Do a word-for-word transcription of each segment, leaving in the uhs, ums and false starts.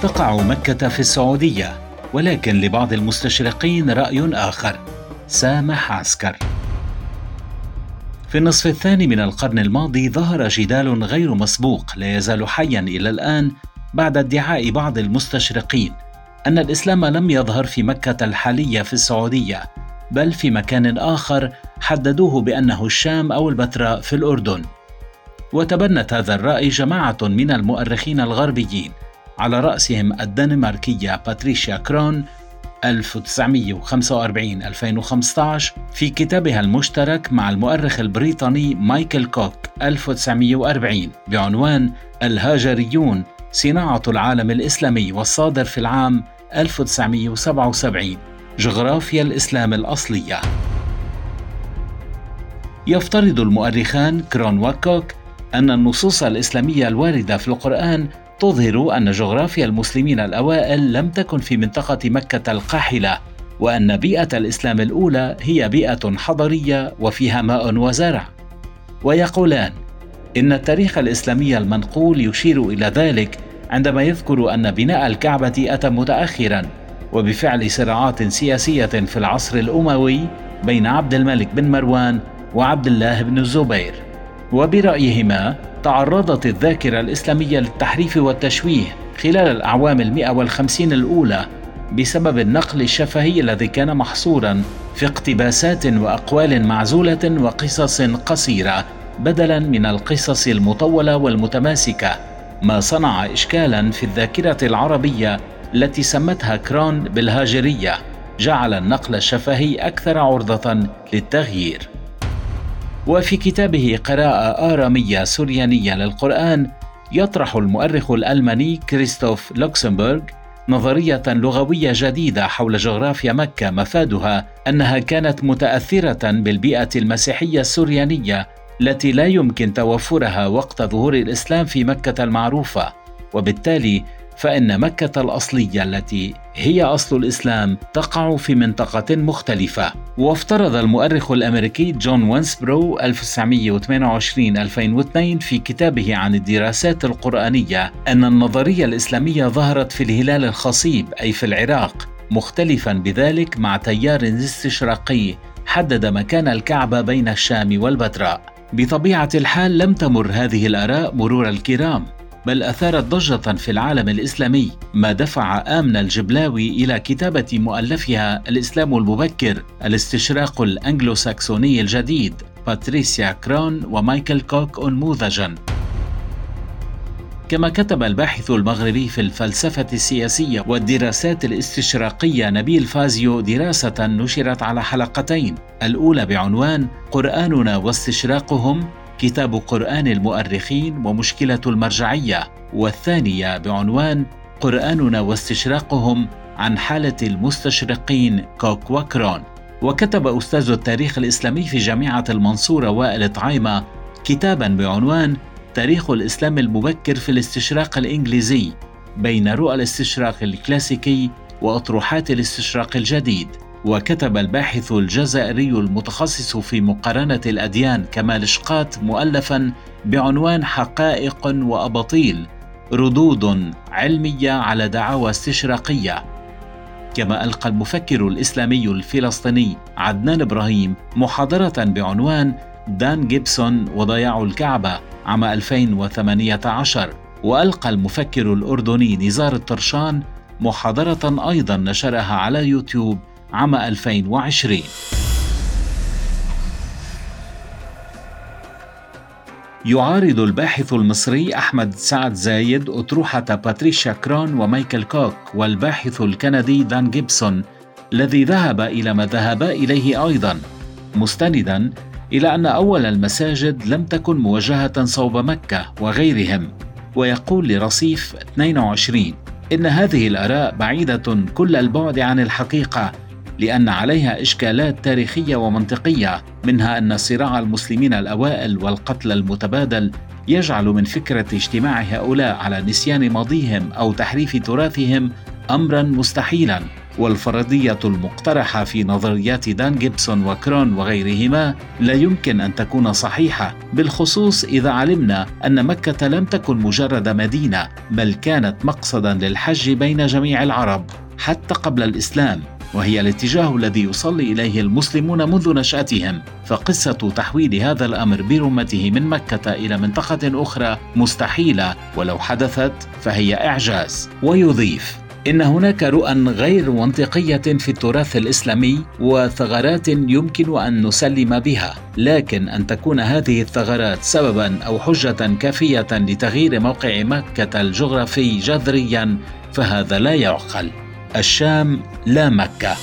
تقع مكة في السعودية، ولكن لبعض المستشرقين رأي آخر. سامح عسكر. في النصف الثاني من القرن الماضي ظهر جدال غير مسبوق لا يزال حياً إلى الآن بعد ادعاء بعض المستشرقين أن الإسلام لم يظهر في مكة الحالية في السعودية، بل في مكان آخر حددوه بأنه الشام أو البتراء في الأردن. وتبنت هذا الرأي جماعة من المؤرخين الغربيين على رأسهم الدنماركية باتريشيا كرون ألف وتسعمائة وخمسة وأربعين ألفين وخمسة عشر في كتابها المشترك مع المؤرخ البريطاني مايكل كوك ألف وتسعمائة وأربعين بعنوان الهاجريون صناعة العالم الإسلامي، والصادر في العام ألف وتسعمائة وسبعة وسبعين. جغرافيا الإسلام الأصلية. يفترض المؤرخان كرون وكوك أن النصوص الإسلامية الواردة في القرآن تظهر أن جغرافيا المسلمين الأوائل لم تكن في منطقة مكة القاحلة، وأن بيئة الإسلام الأولى هي بيئة حضرية وفيها ماء وزرع. ويقولان إن التاريخ الإسلامي المنقول يشير إلى ذلك عندما يذكر أن بناء الكعبة أتى متأخراً وبفعل صراعات سياسية في العصر الأموي بين عبد الملك بن مروان وعبد الله بن الزبير. وبرأيهما تعرضت الذاكرة الإسلامية للتحريف والتشويه خلال الأعوام المئة والخمسين الأولى بسبب النقل الشفهي الذي كان محصوراً في اقتباسات وأقوال معزولة وقصص قصيرة بدلاً من القصص المطولة والمتماسكة، ما صنع إشكالاً في الذاكرة العربية التي سمتها كرون بالهاجرية، جعل النقل الشفهي أكثر عرضة للتغيير. وفي كتابه قراءة آرامية سوريانية للقرآن يطرح المؤرخ الألماني كريستوف لوكسمبورغ نظرية لغوية جديدة حول جغرافيا مكة، مفادها أنها كانت متأثرة بالبيئة المسيحية السوريانية التي لا يمكن توفرها وقت ظهور الإسلام في مكة المعروفة، وبالتالي فإن مكة الأصلية التي هي أصل الإسلام تقع في منطقة مختلفة. وافترض المؤرخ الأمريكي جون وينسبرو ألف وتسعمائة وثمانية وعشرين ألفين واثنين في كتابه عن الدراسات القرآنية أن النظرية الإسلامية ظهرت في الهلال الخصيب أي في العراق، مختلفاً بذلك مع تيار استشراقي حدد مكان الكعبة بين الشام والبتراء. بطبيعة الحال لم تمر هذه الآراء مرور الكرام، بل أثارت ضجة في العالم الإسلامي، ما دفع آمنة الجبلاوي إلى كتابة مؤلفها الإسلام المبكر الاستشراق الأنجلو-ساكسوني الجديد باتريسيا كرون ومايكل كوك أنموذجاً. كما كتب الباحث المغربي في الفلسفة السياسية والدراسات الاستشراقية نبيل فازيو دراسة نشرت على حلقتين، الأولى بعنوان قرآننا واستشراقهم، كتاب قرآن المؤرخين ومشكلة المرجعية، والثانية بعنوان قرآننا واستشراقهم، عن حالة المستشرقين كوك وكرون. وكتب أستاذ التاريخ الإسلامي في جامعة المنصورة وائل طعيمة كتاباً بعنوان تاريخ الإسلام المبكر في الاستشراق الإنجليزي بين رؤى الاستشراق الكلاسيكي وأطروحات الاستشراق الجديد. وكتب الباحث الجزائري المتخصص في مقارنة الأديان كمال شقات مؤلفاً بعنوان حقائق وأباطيل، ردود علمية على دعاوى استشراقية. كما ألقى المفكر الإسلامي الفلسطيني عدنان إبراهيم محاضرة بعنوان دان جيبسون وضياع الكعبة عام ألفين وثمانية عشر. وألقى المفكر الأردني نزار الطرشان محاضرة أيضاً نشرها على يوتيوب عام ألفين وعشرين. يعارض الباحث المصري أحمد سعد زايد أطروحة باتريشيا كرون ومايكل كوك والباحث الكندي دان جيبسون الذي ذهب إلى ما ذهب إليه أيضاً، مستنداً إلى أن أول المساجد لم تكن موجهة صوب مكة وغيرهم. ويقول لرصيف اثنين وعشرين إن هذه الآراء بعيدة كل البعد عن الحقيقة، لأن عليها إشكالات تاريخية ومنطقية، منها أن صراع المسلمين الأوائل والقتل المتبادل يجعل من فكرة اجتماع هؤلاء على نسيان ماضيهم أو تحريف تراثهم أمراً مستحيلاً، والفرضية المقترحة في نظريات دان جيبسون وكرون وغيرهما لا يمكن أن تكون صحيحة، بالخصوص إذا علمنا أن مكة لم تكن مجرد مدينة، بل كانت مقصداً للحج بين جميع العرب حتى قبل الإسلام، وهي الاتجاه الذي يصلي إليه المسلمون منذ نشأتهم. فقصة تحويل هذا الأمر برمته من مكة إلى منطقة أخرى مستحيلة، ولو حدثت فهي إعجاز. ويضيف: إن هناك رؤى غير منطقية في التراث الإسلامي وثغرات يمكن أن نسلم بها، لكن أن تكون هذه الثغرات سبباً أو حجة كافية لتغيير موقع مكة الجغرافي جذرياً فهذا لا يعقل. الشام لا مكة.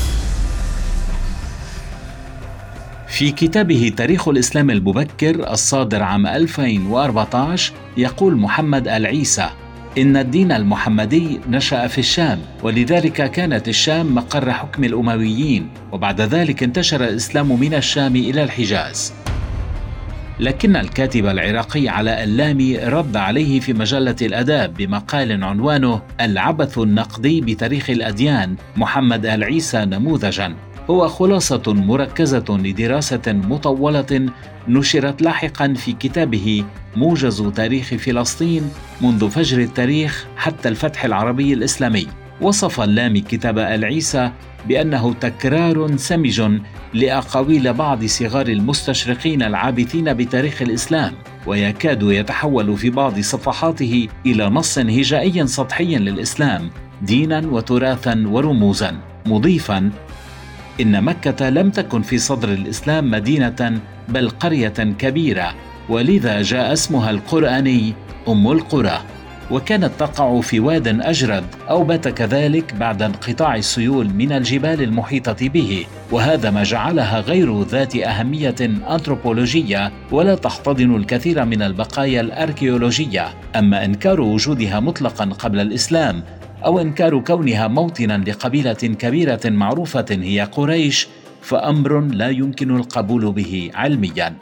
في كتابه تاريخ الإسلام المبكر الصادر عام ألفين وأربعة عشر يقول محمد العيسى: إن الدين المحمدي نشأ في الشام، ولذلك كانت الشام مقر حكم الأمويين، وبعد ذلك انتشر الإسلام من الشام إلى الحجاز. لكن الكاتب العراقي علاء اللامي رد عليه في مجلة الآداب بمقال عنوانه العبث النقدي بتاريخ الأديان، محمد العيسى نموذجاً. هو خلاصة مركزة لدراسة مطولة نشرت لاحقاً في كتابه موجز تاريخ فلسطين منذ فجر التاريخ حتى الفتح العربي الإسلامي. وصف اللامي كتاب العيسى بأنه تكرار سمج لأقاويل بعض صغار المستشرقين العابثين بتاريخ الإسلام، ويكاد يتحول في بعض صفحاته إلى نص هجائي سطحي للإسلام ديناً وتراثاً ورموزاً، مضيفاً: إن مكة لم تكن في صدر الإسلام مدينة بل قرية كبيرة، ولذا جاء اسمها القرآني أم القرى، وكانت تقع في واد أجرد أو بات كذلك بعد انقطاع السيول من الجبال المحيطة به، وهذا ما جعلها غير ذات أهمية أنثروبولوجية ولا تحتضن الكثير من البقايا الأركيولوجية. أما إنكار وجودها مطلقاً قبل الإسلام أو إنكار كونها موطناً لقبيلة كبيرة معروفة هي قريش فأمر لا يمكن القبول به علمياً.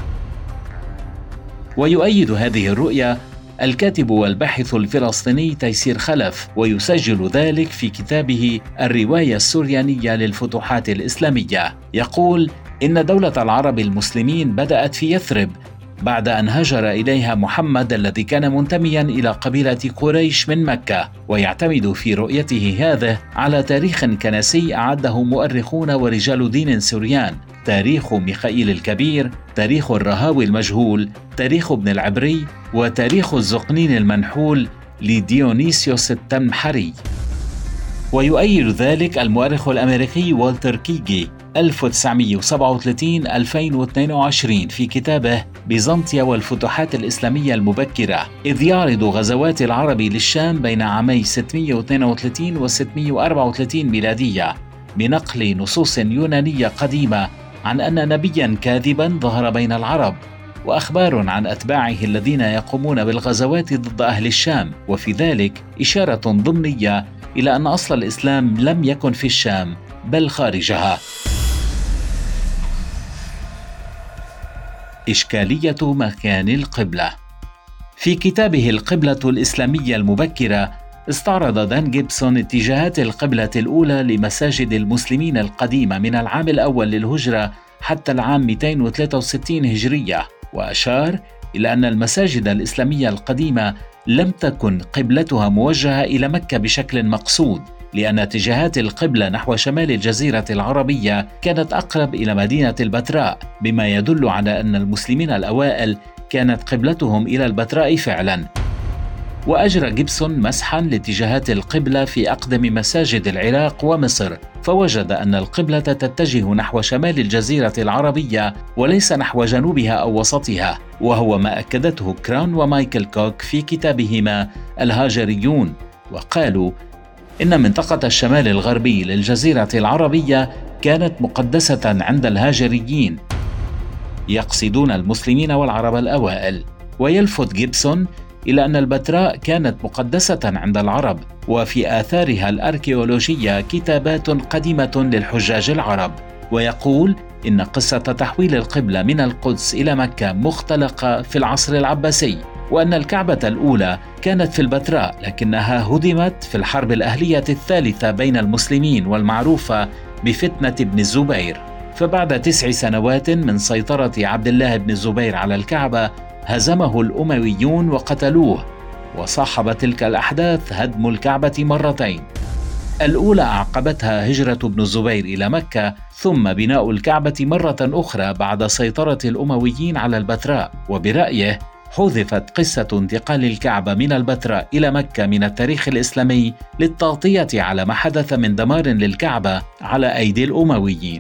ويؤيد هذه الرؤية الكاتب والباحث الفلسطيني تيسير خلف، ويسجل ذلك في كتابه الرواية السريانية للفتوحات الإسلامية. يقول: إن دولة العرب المسلمين بدأت في يثرب بعد أن هاجر إليها محمد الذي كان منتمياً إلى قبيلة قريش من مكة، ويعتمد في رؤيته هذه على تاريخ كنسي أعده مؤرخون ورجال دين سريان: تاريخ ميخائيل الكبير، تاريخ الرهاوي المجهول، تاريخ ابن العبري، وتاريخ الزقنين المنحول لديونيسيوس التمحري. ويؤيد ذلك المؤرخ الأمريكي والتر كيجي ألف وتسعمائة وسبعة وثلاثين ألفين واثنين وعشرين في كتابه بيزنطيا والفتوحات الإسلامية المبكرة، إذ يعرض غزوات العرب للشام بين عامي ستمائة واثنين وثلاثين و ستمائة وأربعة وثلاثين ميلادية بنقل نصوص يونانية قديمة عن أن نبياً كاذباً ظهر بين العرب، وأخبار عن أتباعه الذين يقومون بالغزوات ضد أهل الشام، وفي ذلك إشارة ضمنية إلى أن أصل الإسلام لم يكن في الشام بل خارجها. إشكالية مكان القبلة. في كتابه القبلة الإسلامية المبكرة استعرض دان جيبسون اتجاهات القبلة الأولى لمساجد المسلمين القديمة من العام الأول للهجرة حتى العام مئتين وثلاثة وستين هجرية، وأشار إلى أن المساجد الإسلامية القديمة لم تكن قبلتها موجهة إلى مكة بشكل مقصود، لأن اتجاهات القبلة نحو شمال الجزيرة العربية كانت أقرب إلى مدينة البتراء، بما يدل على أن المسلمين الأوائل كانت قبلتهم إلى البتراء فعلاً. وأجرى جيبسون مسحاً لاتجاهات القبلة في أقدم مساجد العراق ومصر، فوجد أن القبلة تتجه نحو شمال الجزيرة العربية وليس نحو جنوبها أو وسطها، وهو ما أكدته كرون ومايكل كوك في كتابهما الهاجريون، وقالوا إن منطقة الشمال الغربي للجزيرة العربية كانت مقدسة عند الهاجريين، يقصدون المسلمين والعرب الأوائل. ويلفت جيبسون إلى أن البتراء كانت مقدسة عند العرب، وفي آثارها الأركيولوجية كتابات قديمة للحجاج العرب، ويقول إن قصة تحويل القبلة من القدس إلى مكة مختلقة في العصر العباسي، وأن الكعبة الأولى كانت في البتراء لكنها هدمت في الحرب الأهلية الثالثة بين المسلمين والمعروفة بفتنة ابن الزبير. فبعد تسع سنوات من سيطرة عبد الله بن الزبير على الكعبة هزمه الأمويون وقتلوه، وصاحب تلك الأحداث هدم الكعبة مرتين. الأولى أعقبتها هجرة ابن الزبير إلى مكة، ثم بناء الكعبة مرة أخرى بعد سيطرة الأمويين على البتراء. وبرأيه حذفت قصة انتقال الكعبة من البتراء إلى مكة من التاريخ الإسلامي للتغطية على ما حدث من دمار للكعبة على أيدي الأمويين.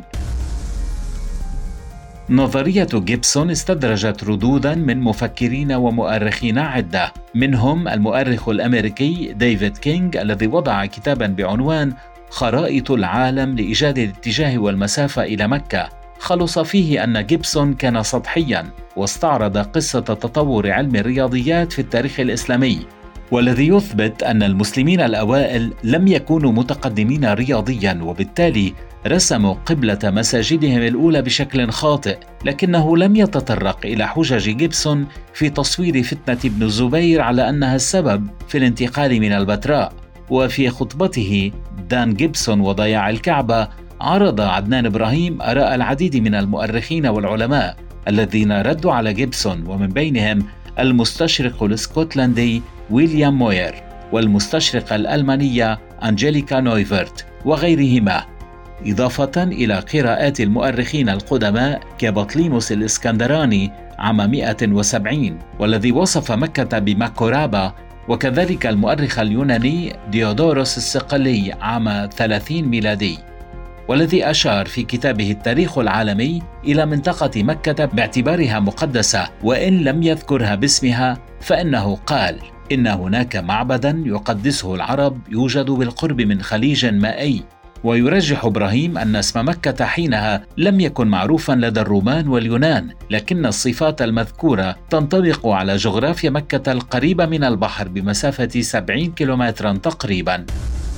نظرية جيبسون استدرجت ردوداً من مفكرين ومؤرخين عدة، منهم المؤرخ الأمريكي ديفيد كينغ الذي وضع كتاباً بعنوان خرائط العالم لإيجاد الاتجاه والمسافة إلى مكة، خلص فيه أن جيبسون كان سطحياً، واستعرض قصة تطور علم الرياضيات في التاريخ الإسلامي، والذي يثبت أن المسلمين الأوائل لم يكونوا متقدمين رياضياً، وبالتالي رسموا قبلة مساجدهم الأولى بشكل خاطئ، لكنه لم يتطرق إلى حجج جيبسون في تصوير فتنة ابن الزبير على أنها السبب في الانتقال من البتراء. وفي خطبته دان جيبسون وضياع الكعبة عرض عدنان إبراهيم آراء العديد من المؤرخين والعلماء الذين ردوا على جيبسون، ومن بينهم المستشرق الاسكتلندي ويليام موير والمستشرقة الألمانية أنجيليكا نويفرت وغيرهما، إضافة إلى قراءات المؤرخين القدماء كبطليموس الإسكندراني عام مئة وسبعين والذي وصف مكة بمكورابا، وكذلك المؤرخ اليوناني ديودوروس الصقلي عام ثلاثين ميلادي، والذي أشار في كتابه التاريخ العالمي إلى منطقة مكة باعتبارها مقدسة، وإن لم يذكرها باسمها فإنه قال إن هناك معبداً يقدسه العرب يوجد بالقرب من خليج مائي. ويرجح إبراهيم أن اسم مكة حينها لم يكن معروفاً لدى الرومان واليونان، لكن الصفات المذكورة تنطبق على جغرافيا مكة القريبة من البحر بمسافة سبعين كيلومتراً تقريباً.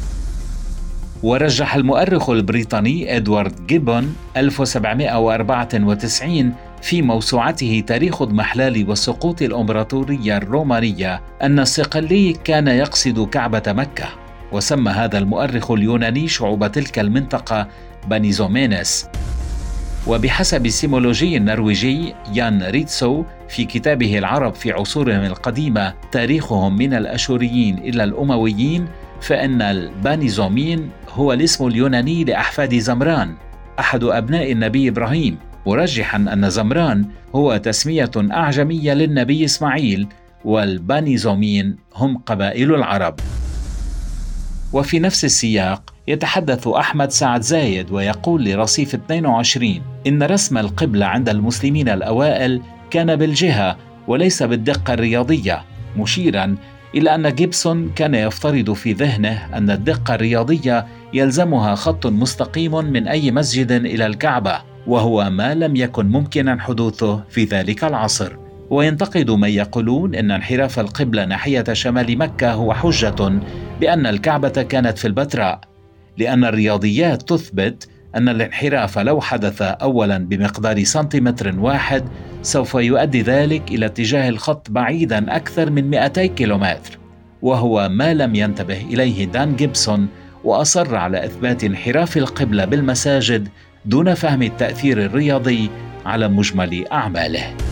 ورجح المؤرخ البريطاني إدوارد جيبون ألف وسبعمئة وأربعة وتسعين في موسوعته تاريخ اضمحلال وسقوط الإمبراطورية الرومانية أن الصقلي كان يقصد كعبة مكة، وسمى هذا المؤرخ اليوناني شعوب تلك المنطقة بانيزومينس. وبحسب السيمولوجي النرويجي يان ريتسو في كتابه العرب في عصورهم القديمة تاريخهم من الأشوريين إلى الأمويين، فإن البانيزومين هو الاسم اليوناني لأحفاد زمران أحد أبناء النبي إبراهيم، مرجحاً أن زمران هو تسمية أعجمية للنبي إسماعيل، والبانيزومين هم قبائل العرب. وفي نفس السياق يتحدث أحمد سعد زايد ويقول لرصيف اثنين وعشرين إن رسم القبلة عند المسلمين الأوائل كان بالجهة وليس بالدقة الرياضية، مشيراً إلى أن جيبسون كان يفترض في ذهنه أن الدقة الرياضية يلزمها خط مستقيم من أي مسجد إلى الكعبة، وهو ما لم يكن ممكناً حدوثه في ذلك العصر. وينتقد من يقولون أن انحراف القبلة ناحية شمال مكة هو حجة بأن الكعبة كانت في البتراء، لأن الرياضيات تثبت أن الانحراف لو حدث أولاً بمقدار سنتيمتر واحد سوف يؤدي ذلك إلى اتجاه الخط بعيداً أكثر من مئتي كيلومتر، وهو ما لم ينتبه إليه دان جيبسون، وأصر على إثبات انحراف القبلة بالمساجد دون فهم التأثير الرياضي على مجمل أعماله.